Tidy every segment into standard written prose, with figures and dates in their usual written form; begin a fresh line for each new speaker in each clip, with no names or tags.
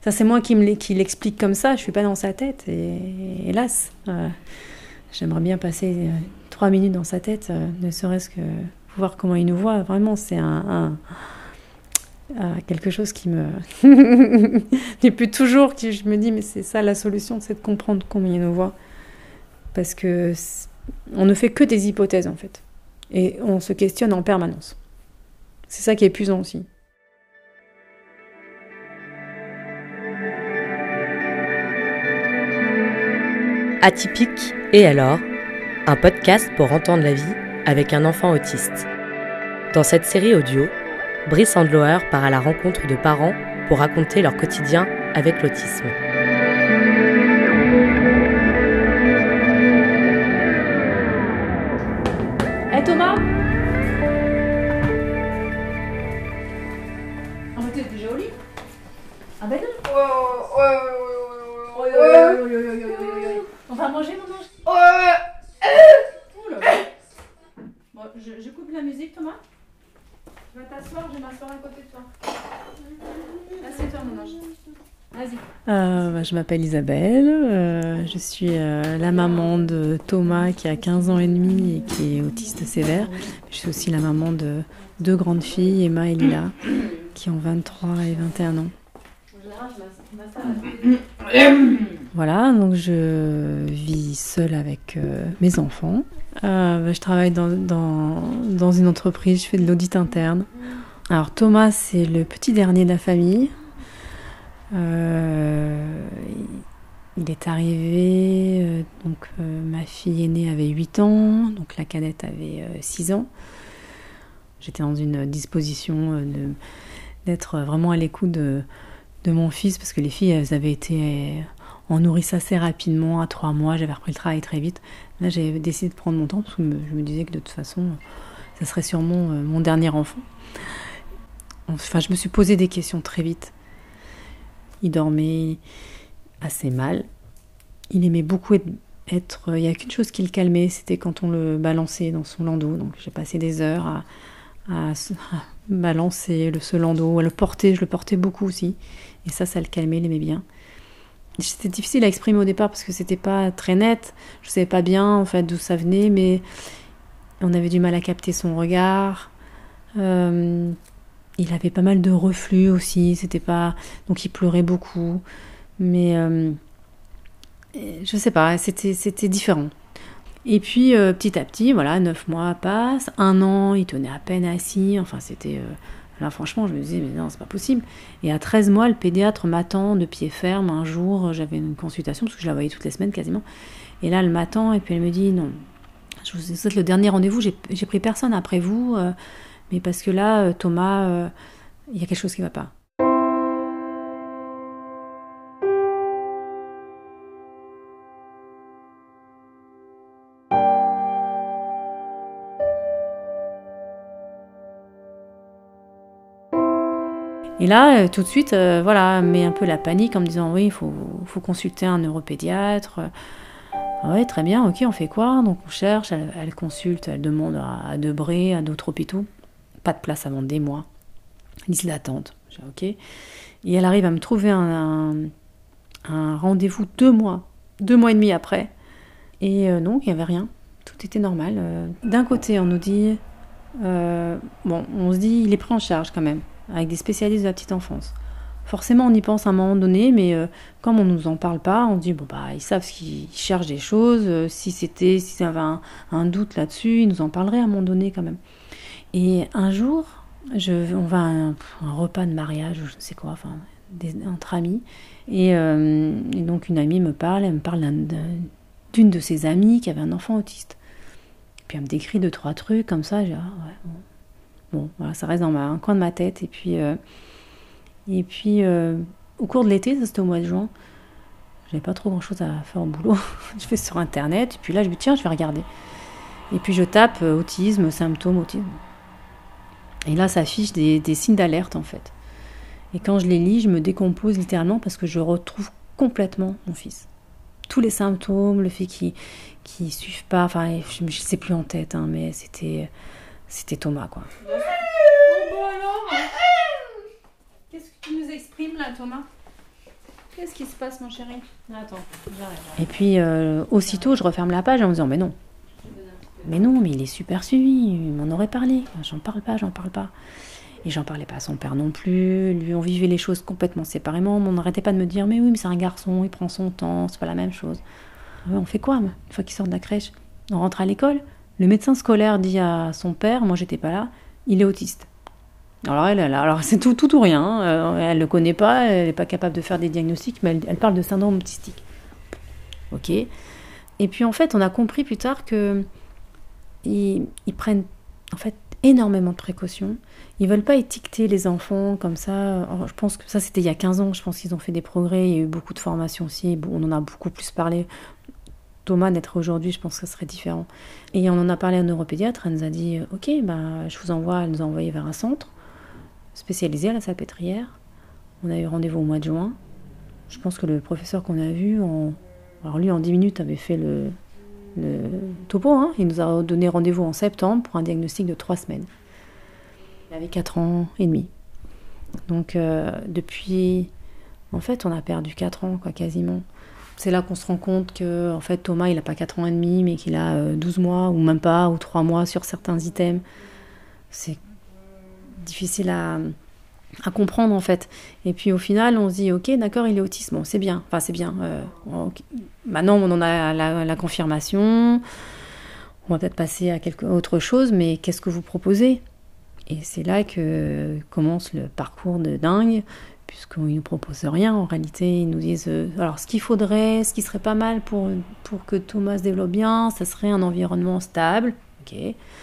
Ça, c'est moi qui l'explique comme ça, je suis pas dans sa tête. Et hélas, j'aimerais bien passer 3 minutes dans sa tête, ne serait-ce que voir comment il nous voit. Vraiment, c'est quelque chose qui me... Depuis toujours, que je me dis, mais c'est ça la solution, c'est de comprendre comment il nous voit. Parce que on ne fait que des hypothèses, en fait. Et on se questionne en permanence. C'est ça qui est épuisant aussi.
Atypique et alors, un podcast pour entendre la vie avec un enfant autiste. Dans cette série audio, Brice Andloer part à la rencontre de parents pour raconter leur quotidien avec l'autisme.
Hé Thomas! Ah mais t'es déjà au lit? Ah ben non! On va manger, mon ange? Oh là là. Bon, je coupe la musique, Thomas. Tu vas t'asseoir, je vais m'asseoir à côté de toi. Assieds-toi, mon ange. Vas-y. Je m'appelle Isabelle, je suis la maman de Thomas qui a 15 ans et demi et qui est autiste sévère. Je suis aussi la maman de 2 grandes filles, Emma et Lila, qui ont 23 et 21 ans. Voilà, donc je vis seule avec mes enfants. Je travaille dans une entreprise, je fais de l'audit interne. Alors Thomas, c'est le petit dernier de la famille. Il est arrivé, ma fille aînée avait 8 ans, donc la cadette avait 6 ans. J'étais dans une disposition d'être vraiment à l'écoute de mon fils, parce que les filles, elles avaient été en nourrice assez rapidement, à 3 mois, j'avais repris le travail très vite. Là, j'ai décidé de prendre mon temps, parce que je me disais que de toute façon, ça serait sûrement mon dernier enfant. Enfin, je me suis posé des questions très vite. Il dormait assez mal. Il aimait beaucoup être... Il n'y a qu'une chose qui le calmait, c'était quand on le balançait dans son landau. Donc j'ai passé des heures à balancer ce landau, à le porter. Je le portais beaucoup aussi. Et ça le calmait, il aimait bien. C'était difficile à exprimer au départ parce que c'était pas très net. Je savais pas bien en fait d'où ça venait, mais on avait du mal à capter son regard. Il avait pas mal de reflux aussi, donc il pleurait beaucoup, mais je sais pas, c'était différent. Et puis petit à petit, voilà, 9 mois passent, 1 an, il tenait à peine assis, enfin c'était... Là franchement, je me disais, mais non, c'est pas possible. Et à 13 mois, le pédiatre m'attend de pied ferme. Un jour, j'avais une consultation, parce que je la voyais toutes les semaines quasiment. Et là, elle m'attend, et puis elle me dit, non, je vous souhaite le dernier rendez-vous, j'ai pris personne après vous... mais parce que là, Thomas, il y a quelque chose qui ne va pas. Et là, tout de suite, voilà, met un peu la panique en me disant, oui, il faut consulter un neuropédiatre. Oui, très bien, ok, on fait quoi? Donc on cherche, elle consulte, elle demande à Debré, à d'autres hôpitaux. Pas de place avant des mois. Liste d'attente. J'ai ok. Et elle arrive à me trouver un rendez-vous 2 mois et demi après. Et non, il n'y avait rien. Tout était normal. D'un côté, on nous dit... on se dit, il est pris en charge quand même, avec des spécialistes de la petite enfance. Forcément, on y pense à un moment donné, mais comme on ne nous en parle pas, on se dit, ils savent qu'ils cherchent des choses. Si ça avait un doute là-dessus, ils nous en parleraient à un moment donné quand même. Et un jour... on va à un repas de mariage ou je ne sais quoi, entre amis, et donc une amie me parle d'une de ses amies qui avait un enfant autiste. Et puis elle me décrit 2-3 trucs comme ça, j'ai bon, voilà, ça reste dans un coin de ma tête. Et puis au cours de l'été, ça c'était au mois de juin, j'avais pas trop grand chose à faire au boulot. Je vais sur internet, et puis là je me dis tiens, je vais regarder. Et puis je tape autisme, symptômes autisme. Et là, ça affiche des signes d'alerte, en fait. Et quand je les lis, je me décompose littéralement parce que je retrouve complètement mon fils. Tous les symptômes, le fait qu'il suive pas, je ne sais plus en tête, hein, mais c'était Thomas, quoi.
Bon alors, qu'est-ce que tu nous exprimes là, Thomas?
Qu'est-ce qui se passe, mon chéri? Attends, j'arrive. Et puis, aussitôt, je referme la page en me disant, mais non, mais il est super suivi, il m'en aurait parlé. J'en parle pas. Et j'en parlais pas à son père non plus. Lui, on vivait les choses complètement séparément. Mais on n'arrêtait pas de me dire, mais oui, mais c'est un garçon, il prend son temps, c'est pas la même chose. On fait quoi, une fois qu'il sort de la crèche? On rentre à l'école. Le médecin scolaire dit à son père, moi j'étais pas là, il est autiste. Alors c'est tout ou rien. Hein. Elle le connaît pas, elle n'est pas capable de faire des diagnostics, mais elle parle de syndrome autistique. Ok. Et puis en fait, on a compris plus tard que ils prennent en fait énormément de précautions. Ils veulent pas étiqueter les enfants comme ça. Alors, je pense que ça c'était il y a 15 ans. Je pense qu'ils ont fait des progrès. Il y a eu beaucoup de formations aussi. On en a beaucoup plus parlé. Thomas naître aujourd'hui, je pense que ça serait différent. Et on en a parlé à un neuropédiatre. Elle nous a dit ok, je vous envoie. Elle nous a envoyé vers un centre spécialisé à la Salpêtrière. On a eu rendez-vous au mois de juin. Je pense que le professeur qu'on a vu, alors lui en 10 minutes avait fait le topo. Hein. Il nous a donné rendez-vous en septembre pour un diagnostic de 3 semaines. Il avait 4 ans et demi. Donc depuis, en fait, on a perdu 4 ans, quoi, quasiment. C'est là qu'on se rend compte que en fait, Thomas, il n'a pas 4 ans et demi, mais qu'il a 12 mois, ou même pas, ou 3 mois sur certains items. C'est difficile à comprendre, en fait. Et puis, au final, on se dit, ok, d'accord, il est autiste. Bon, c'est bien. Enfin, c'est bien. Maintenant, on en a la confirmation. On va peut-être passer à autre chose, mais qu'est-ce que vous proposez? Et c'est là que commence le parcours de dingue, puisqu'ils ne nous proposent rien. En réalité, ils nous disent alors ce qu'il faudrait, ce qui serait pas mal pour que Thomas se développe bien, ça serait un environnement stable. Ok.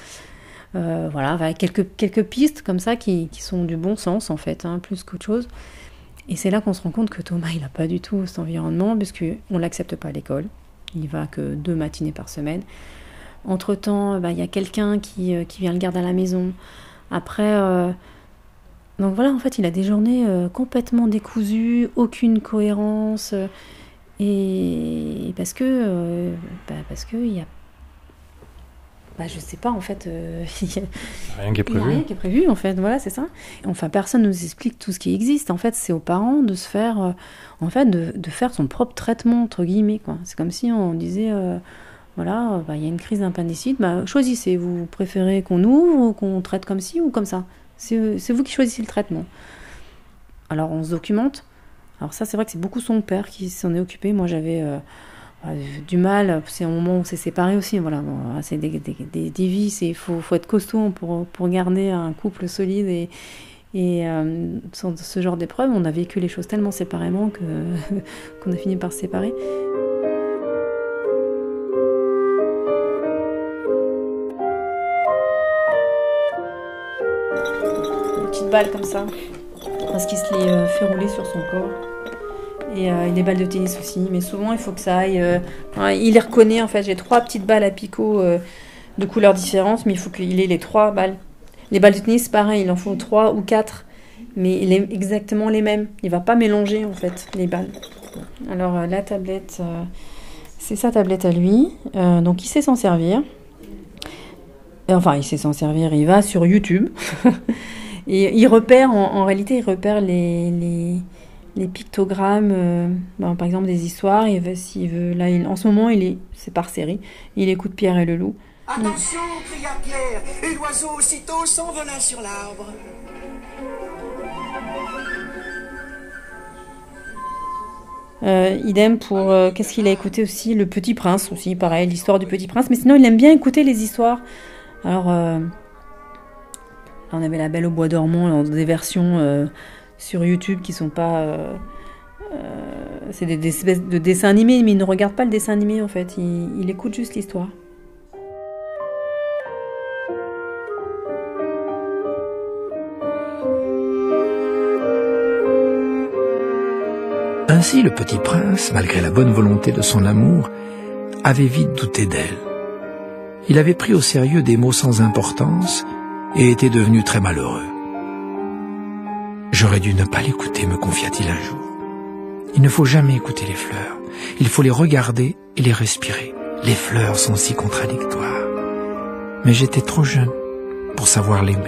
Voilà, avec quelques pistes comme ça qui sont du bon sens en fait, hein, plus qu'autre chose. Et c'est là qu'on se rend compte que Thomas, il n'a pas du tout cet environnement, puisqu'on ne l'accepte pas à l'école. Il va que 2 matinées par semaine. Entre-temps, il y a quelqu'un qui vient le garder à la maison. Après, donc voilà, en fait, il a des journées complètement décousues, aucune cohérence, et parce que il y a, je sais pas, en fait,
rien qui est prévu.
Il y a rien qui est prévu, en fait, voilà, c'est ça. Enfin, personne nous explique tout ce qui existe. En fait, c'est aux parents de se faire, de faire son propre traitement, entre guillemets, quoi. C'est comme si on disait... voilà, il y a une crise d'appendicite, choisissez, vous préférez qu'on ouvre ou qu'on traite comme ci ou comme ça. C'est vous qui choisissez le traitement. Alors on se documente. Alors ça, c'est vrai que c'est beaucoup son père qui s'en est occupé. Moi, j'avais du mal. C'est un moment où on s'est séparés aussi. Voilà, c'est des vies. Il faut être costaud pour garder un couple solide et sans ce genre d'épreuve, on a vécu les choses tellement séparément qu'on a fini par se séparer. Balles comme ça, parce qu'il se les fait rouler sur son corps, et des balles de tennis aussi, mais souvent il faut que ça aille, il les reconnaît en fait. J'ai 3 petites balles à picot de couleurs différentes, mais il faut qu'il ait les 3 balles. Les balles de tennis, pareil, il en faut 3 ou 4, mais il est exactement les mêmes, il va pas mélanger en fait les balles. Alors la tablette, c'est sa tablette à lui, donc il sait s'en servir, il va sur YouTube. Et il repère, en réalité, il repère les pictogrammes, par exemple des histoires. S'il veut, là, en ce moment, c'est par série. Il écoute Pierre et le loup.
Attention, cria Pierre, et l'oiseau aussitôt s'envola sur l'arbre.
Idem pour, qu'est-ce qu'il a écouté aussi? Le Petit Prince aussi, pareil, l'histoire du Petit Prince. Mais sinon, il aime bien écouter les histoires. Alors... on avait La Belle au bois dormant dans des versions sur YouTube qui sont pas... c'est des espèces de dessins animés, mais il ne regarde pas le dessin animé en fait, il écoute juste l'histoire.
Ainsi, le Petit Prince, malgré la bonne volonté de son amour, avait vite douté d'elle. Il avait pris au sérieux des mots sans importance et était devenu très malheureux. « J'aurais dû ne pas l'écouter », me confia-t-il un jour. « Il ne faut jamais écouter les fleurs. Il faut les regarder et les respirer. Les fleurs sont si contradictoires. Mais j'étais trop jeune pour savoir l'aimer. »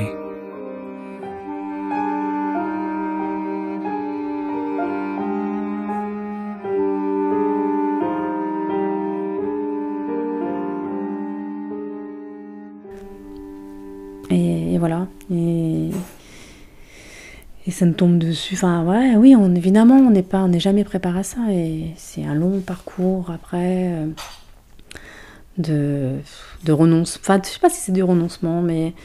voilà. Et ça nous tombe dessus. Enfin, ouais, oui, évidemment, on n'est jamais préparé à ça. Et c'est un long parcours après de renonce. Enfin, je sais pas si c'est du renoncement, mais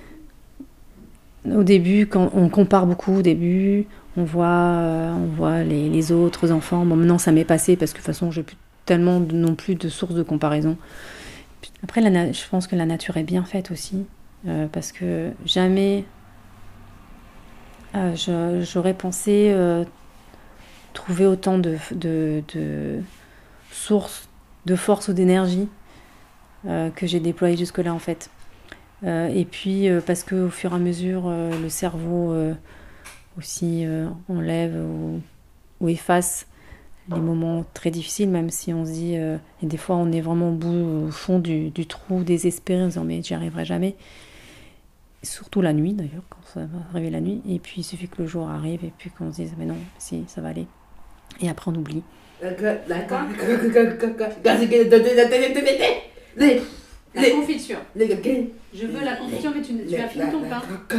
au début, quand on compare beaucoup, au début, on voit les autres enfants. Bon, maintenant, ça m'est passé parce que de toute façon, j'ai plus tellement non plus de sources de comparaison. Après, je pense que la nature est bien faite aussi, parce que jamais j'aurais pensé trouver autant de sources de force ou d'énergie que j'ai déployées jusque-là, en fait. Et puis, parce qu'au fur et à mesure, le cerveau aussi enlève ou efface les moments très difficiles, même si on se dit, et des fois on est vraiment au fond du trou, désespéré, en disant mais j'y arriverai jamais. Surtout la nuit d'ailleurs, quand ça va arriver la nuit, et puis il suffit que le jour arrive, et puis qu'on se dise mais non, si, ça va aller. Et après on oublie.
D'accord.
La confiture. Je veux la confiture, mais tu as fini ton pain.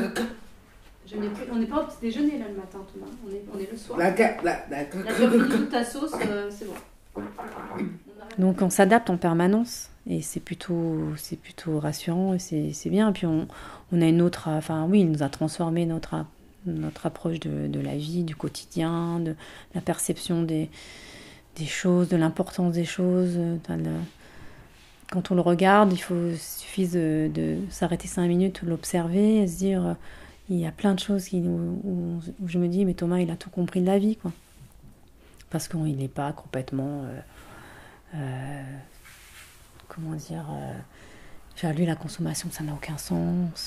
On n'est pas au petit déjeuner là le matin, Thomas. On est le soir. Là, tu as fini toute ta sauce, c'est bon. Donc on s'adapte en permanence et c'est plutôt rassurant et c'est bien. Et puis on a une autre, enfin oui, il nous a transformé notre approche de la vie, du quotidien, de la perception des choses, de l'importance des choses. Quand on le regarde, il suffit de s'arrêter 5 minutes, de l'observer et se dire il y a plein de choses où je me dis mais Thomas il a tout compris de la vie, quoi. Parce qu'il n'est pas complètement comment dire lui la consommation ça n'a aucun sens,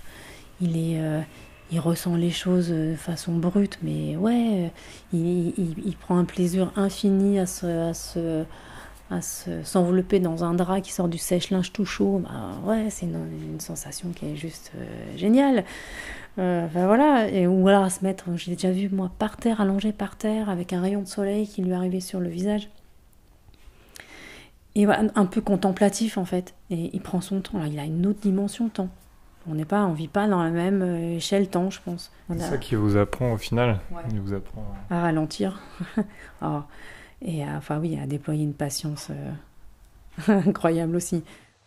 il ressent les choses de façon brute, mais ouais il prend un plaisir infini à s'envelopper dans un drap qui sort du sèche-linge tout chaud. Bah ouais, c'est une sensation qui est juste géniale. Voilà. Ou alors à se mettre, je l'ai déjà vu moi par terre, allongé par terre avec un rayon de soleil qui lui arrivait sur le visage, et voilà, un peu contemplatif en fait, et il prend son temps. Là, il a une autre dimension temps. On vit pas dans la même échelle temps, je pense.
C'est ça qui vous apprend au final.
Ouais.
Il vous apprend
à ralentir. Oh. Et enfin oui, à déployer une patience incroyable aussi.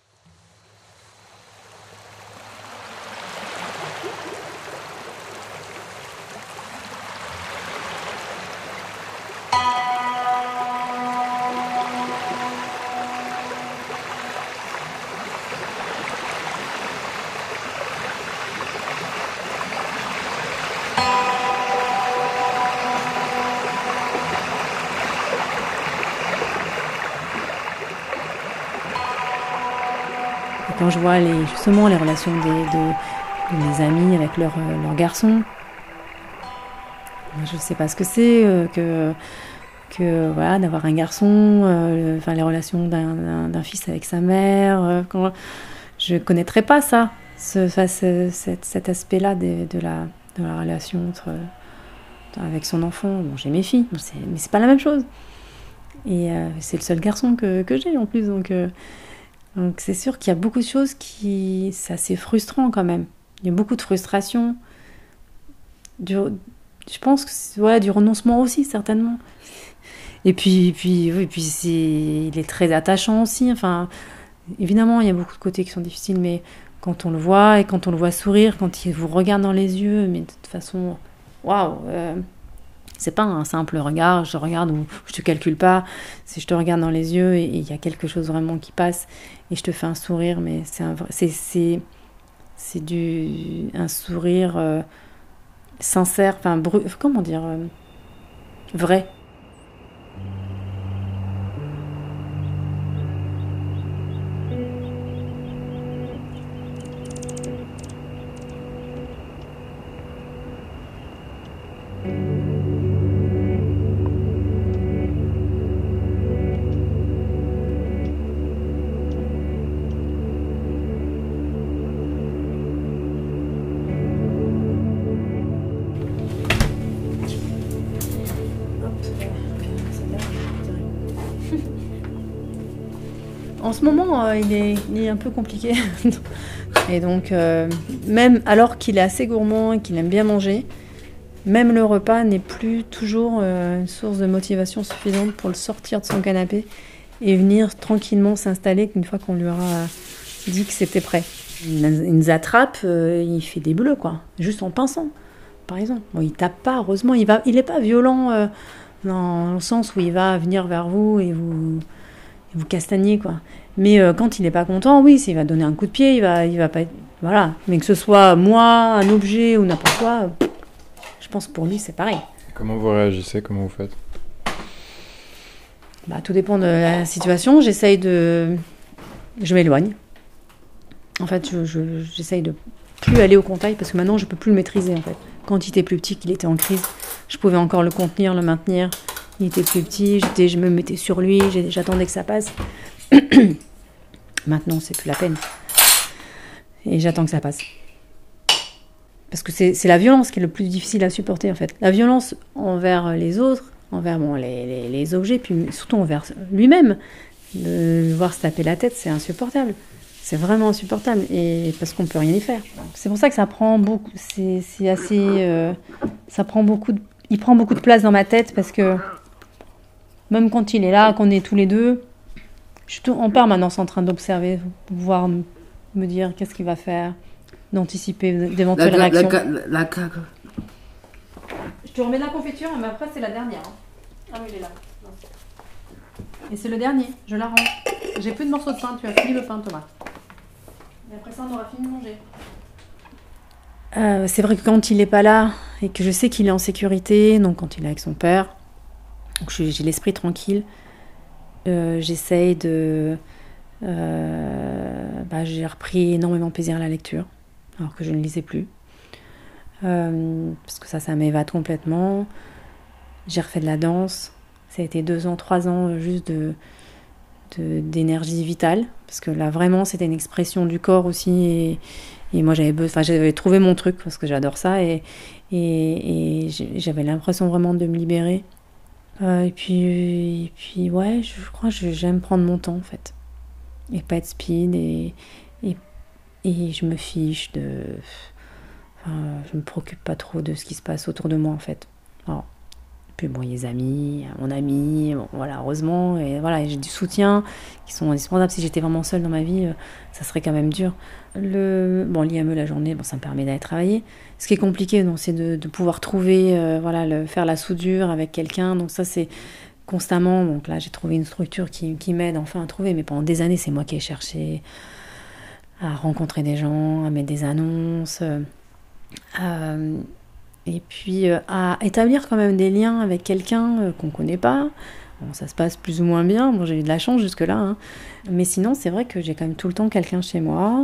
Quand je vois justement les relations de mes amis avec leurs garçons, je ne sais pas ce que c'est que voilà, d'avoir un garçon, les relations d'un fils avec sa mère. Je ne connaîtrais pas ça, cet aspect-là de la relation avec son enfant. Bon, j'ai mes filles, mais c'est pas la même chose. Et c'est le seul garçon que j'ai en plus, donc c'est sûr qu'il y a beaucoup de choses c'est assez frustrant quand même. Il y a beaucoup de frustration. Je pense que du renoncement aussi, certainement. Et puis il est très attachant aussi. Enfin, évidemment, il y a beaucoup de côtés qui sont difficiles, mais quand on le voit et quand on le voit sourire, quand il vous regarde dans les yeux, mais de toute façon, waouh, c'est pas un simple regard, je te regarde ou je te calcule pas, c'est je te regarde dans les yeux et il y a quelque chose vraiment qui passe et je te fais un sourire, mais c'est un sourire sincère, enfin comment dire, vrai. En ce moment, il est un peu compliqué Et donc, même alors qu'il est assez gourmand et qu'il aime bien manger, même le repas n'est plus toujours une source de motivation suffisante pour le sortir de son canapé et venir tranquillement s'installer qu'une fois qu'on lui aura dit que c'était prêt. Il nous attrape, il fait des bleus, quoi, juste en pinçant, par exemple. Bon, il tape pas, heureusement, il est pas violent dans le sens où il va venir vers vous et vous castagner, quoi. Mais quand il est pas content, oui, s'il va donner un coup de pied, il va pas être... Voilà. Mais que ce soit moi, un objet ou n'importe quoi, je pense que pour lui, c'est pareil.
Comment vous réagissez? Comment vous faites?
Tout dépend de la situation. Je m'éloigne. En fait, j'essaye de plus aller au contact parce que maintenant, je peux plus le maîtriser, en fait. Quand il était plus petit, qu'il était en crise, je pouvais encore le contenir, le maintenir. Il était plus petit, je me mettais sur lui, j'attendais que ça passe. Maintenant, c'est plus la peine. Et j'attends que ça passe. Parce que c'est la violence qui est le plus difficile à supporter, en fait. La violence envers les autres, envers les objets, puis surtout envers lui-même. De le voir se taper la tête, c'est insupportable. C'est vraiment insupportable. Et parce qu'on ne peut rien y faire. C'est pour ça que ça prend beaucoup... ça prend beaucoup il prend beaucoup de place dans ma tête parce que même quand il est là, qu'on est tous les deux, je suis en permanence en train d'observer, pouvoir me dire qu'est-ce qu'il va faire, d'anticiper d'éventuelles réactions. Je te remets de la confiture, mais après c'est la dernière. Ah oui, il est là. Non. Et c'est le dernier, je la rends. J'ai plus de morceaux de pain, tu as fini le pain, Thomas. Et après ça, on aura fini de manger. C'est vrai que quand il n'est pas là et que je sais qu'il est en sécurité, donc quand il est avec son père, donc j'ai l'esprit tranquille, j'essaye de... j'ai repris énormément plaisir à la lecture, alors que je ne lisais plus. Parce que ça m'évade complètement. J'ai refait de la danse. Ça a été 2 ans, 3 ans juste d'énergie vitale. Parce que là, vraiment, c'était une expression du corps aussi. Et moi, j'avais trouvé mon truc, parce que j'adore ça. Et j'avais l'impression vraiment de me libérer. Et puis, ouais, je crois que j'aime prendre mon temps, en fait. Et pas être speed. Et je me fiche de... je me préoccupe pas trop de ce qui se passe autour de moi, en fait. Alors, puis bon, il y a les amis, mon ami, bon, voilà, heureusement, et voilà, j'ai du soutien qui sont indispensables. Si j'étais vraiment seule dans ma vie, ça serait quand même dur. L'IME la journée, ça me permet d'aller travailler. Ce qui est compliqué, c'est de pouvoir trouver, faire la soudure avec quelqu'un. Donc ça, c'est constamment. Donc là, j'ai trouvé une structure qui m'aide enfin à trouver. Mais pendant des années, c'est moi qui ai cherché à rencontrer des gens, à mettre des annonces. Et puis à établir quand même des liens avec quelqu'un qu'on ne connaît pas. Bon, ça se passe plus ou moins bien. Bon, j'ai eu de la chance jusque-là. Hein. Mais sinon, c'est vrai que j'ai quand même tout le temps quelqu'un chez moi.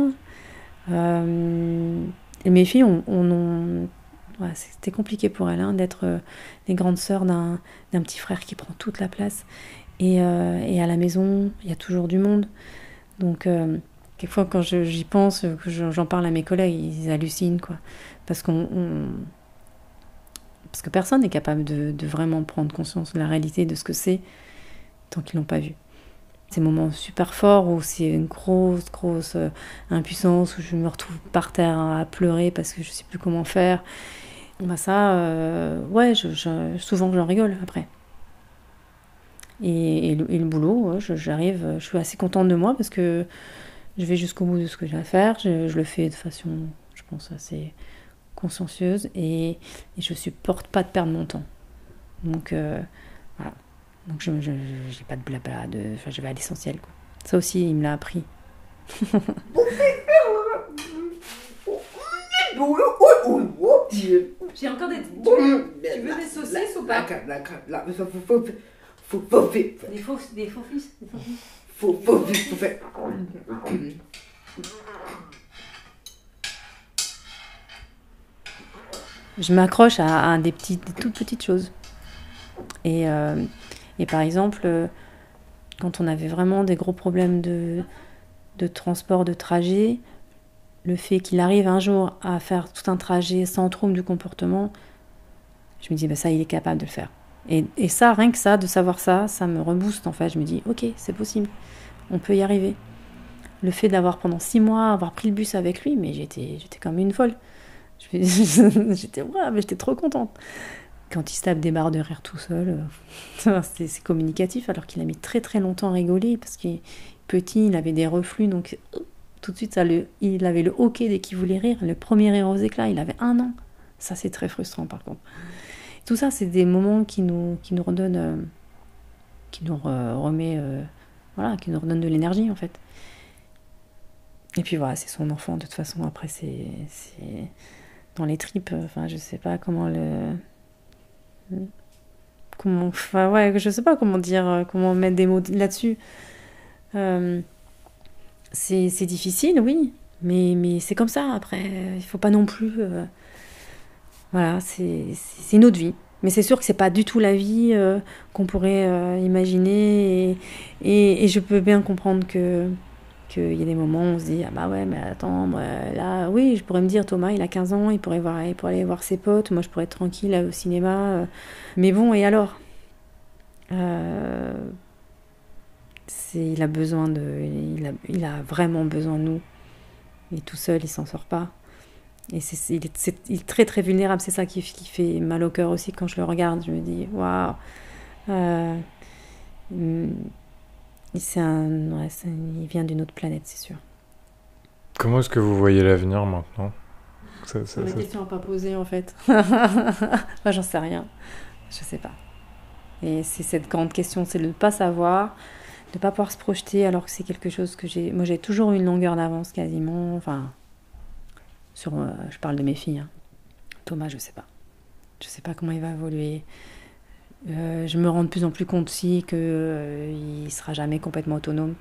Et mes filles, c'était compliqué pour elles d'être les grandes sœurs d'un petit frère qui prend toute la place. Et à la maison, il y a toujours du monde. Donc, quelquefois, quand j'y pense, que j'en parle à mes collègues, ils hallucinent, quoi. Parce que personne n'est capable de vraiment prendre conscience de la réalité de ce que c'est tant qu'ils l'ont pas vu. Ces moments super forts où c'est une grosse impuissance, où je me retrouve par terre à pleurer parce que je sais plus comment faire. Souvent j'en rigole après. Et le boulot, j'arrive, je suis assez contente de moi parce que je vais jusqu'au bout de ce que j'ai à faire. Je le fais de façon, je pense, assez consciencieuse et je supporte pas de perdre mon temps. Donc voilà. Donc j'ai pas de blabla, je vais à l'essentiel, quoi. Ça aussi, il me l'a appris. J'ai encore des... Tu veux des saucisses ou pas? Des faux fils. Je m'accroche à des toutes petites choses. Et par exemple, quand on avait vraiment des gros problèmes de transport, de trajet, le fait qu'il arrive un jour à faire tout un trajet sans trouble du comportement, je me dis, ça, il est capable de le faire. Et ça, rien que ça, de savoir ça, ça me rebooste, en fait. Je me dis, ok, c'est possible, on peut y arriver. le fait d'avoir pendant 6 mois, avoir pris le bus avec lui, mais j'étais comme une folle. J'étais trop contente. Quand il se tape des barres de rire tout seul, c'est communicatif, alors qu'il a mis très très longtemps à rigoler, parce qu'il est petit, il avait des reflux, donc tout de suite, il avait le hoquet dès qu'il voulait rire. Le premier rire aux éclats, il avait 1 an. Ça, c'est très frustrant, par contre. Tout ça, c'est des moments qui nous redonnent, qui nous redonnent de l'énergie, en fait. Et puis voilà, c'est son enfant, de toute façon, après, c'est dans les tripes, enfin, je sais pas comment je sais pas comment dire, comment mettre des mots là-dessus. C'est difficile, oui, mais c'est comme ça, après, il faut pas non plus... voilà, c'est une autre vie. Mais c'est sûr que c'est pas du tout la vie qu'on pourrait imaginer, et je peux bien comprendre qu'il y a des moments où on se dit, ah bah ouais, mais attends, moi, là, oui, je pourrais me dire, Thomas, il a 15 ans, il pourrait aller voir ses potes, moi je pourrais être tranquille au cinéma, mais bon, et alors il a besoin il a vraiment besoin de nous, et tout seul, il s'en sort pas. Et il est très très vulnérable, c'est ça qui fait mal au cœur aussi quand je le regarde. Je me dis, waouh, il vient d'une autre planète, c'est sûr.
Comment est-ce que vous voyez l'avenir maintenant ?
C'est une question à pas poser, en fait. Moi, j'en sais rien. Je sais pas. Et c'est cette grande question, c'est de ne pas savoir, de ne pas pouvoir se projeter, alors que c'est quelque chose que moi j'ai toujours eu une longueur d'avance quasiment, enfin... je parle de mes filles. Hein. Thomas, je sais pas. Je sais pas comment il va évoluer. Je me rends de plus en plus compte aussi qu'il sera jamais complètement autonome.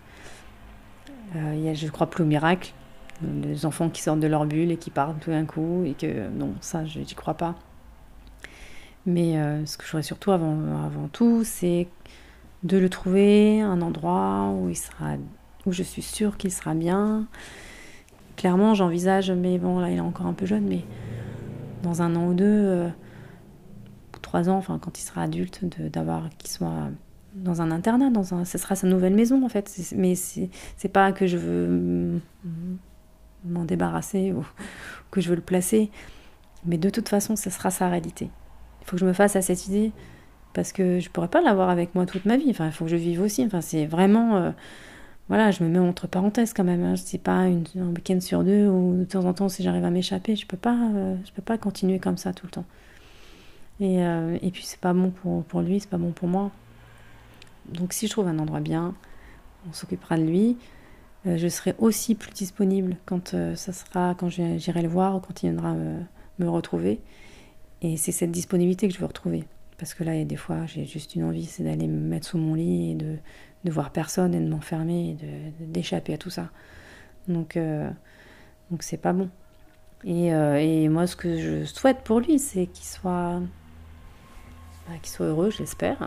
Je crois plus au miracle. Les enfants qui sortent de leur bulle et qui partent tout d'un coup. Et que non, ça, j'y crois pas. Mais ce que je voudrais surtout avant tout, c'est de le trouver un endroit où je suis sûre qu'il sera bien. Clairement, j'envisage, mais bon, là, il est encore un peu jeune, mais dans 1 an ou 2, 3 ans, enfin, quand il sera adulte, qu'il soit dans un internat, ce sera sa nouvelle maison, en fait. Mais c'est pas que je veux m'en débarrasser ou que je veux le placer, mais de toute façon, ce sera sa réalité. Il faut que je me fasse à cette idée, parce que je pourrais pas l'avoir avec moi toute ma vie. Enfin, il faut que je vive aussi. Enfin, c'est vraiment... voilà, je me mets entre parenthèses quand même. Hein. C'est pas un week-end sur 2 ou de temps en temps si j'arrive à m'échapper. Je peux pas continuer comme ça tout le temps. Et puis c'est pas bon pour lui, c'est pas bon pour moi. Donc si je trouve un endroit bien, on s'occupera de lui. Je serai aussi plus disponible quand j'irai le voir ou quand il viendra me retrouver. Et c'est cette disponibilité que je veux retrouver. Parce que là, il y a des fois, j'ai juste une envie, c'est d'aller me mettre sous mon lit et de voir personne et de m'enfermer et d'échapper à tout ça. Donc c'est pas bon. Et moi, ce que je souhaite pour lui, c'est qu'il soit heureux, j'espère.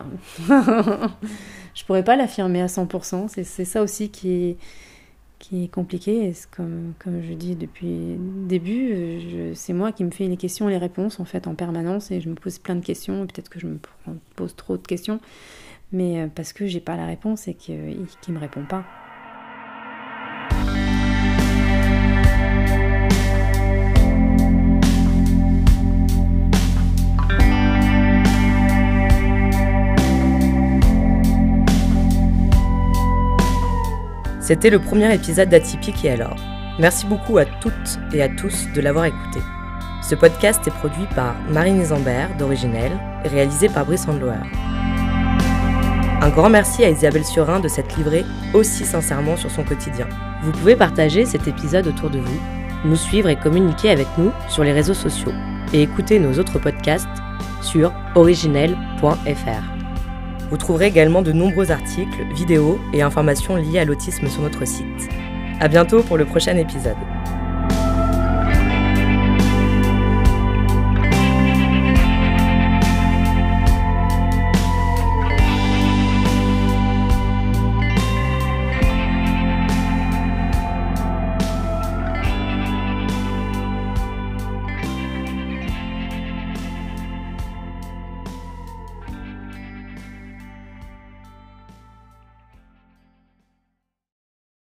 Je pourrais pas l'affirmer à 100%. C'est ça aussi qui est compliqué. Et comme je dis depuis le début, c'est moi qui me fais les questions et les réponses en fait en permanence, et je me pose plein de questions. Peut-être que je me pose trop de questions, mais parce que j'ai pas la réponse et qu'il me répond pas.
C'était le premier épisode d'Atypique et alors. Merci beaucoup à toutes et à tous de l'avoir écouté. Ce podcast est produit par Marine Isambert d'Originelle et réalisé par Brice Andloer. Un grand merci à Isabelle Surin de s'être livrée aussi sincèrement sur son quotidien. Vous pouvez partager cet épisode autour de vous, nous suivre et communiquer avec nous sur les réseaux sociaux et écouter nos autres podcasts sur originelle.fr. Vous trouverez également de nombreux articles, vidéos et informations liées à l'autisme sur notre site. À bientôt pour le prochain épisode.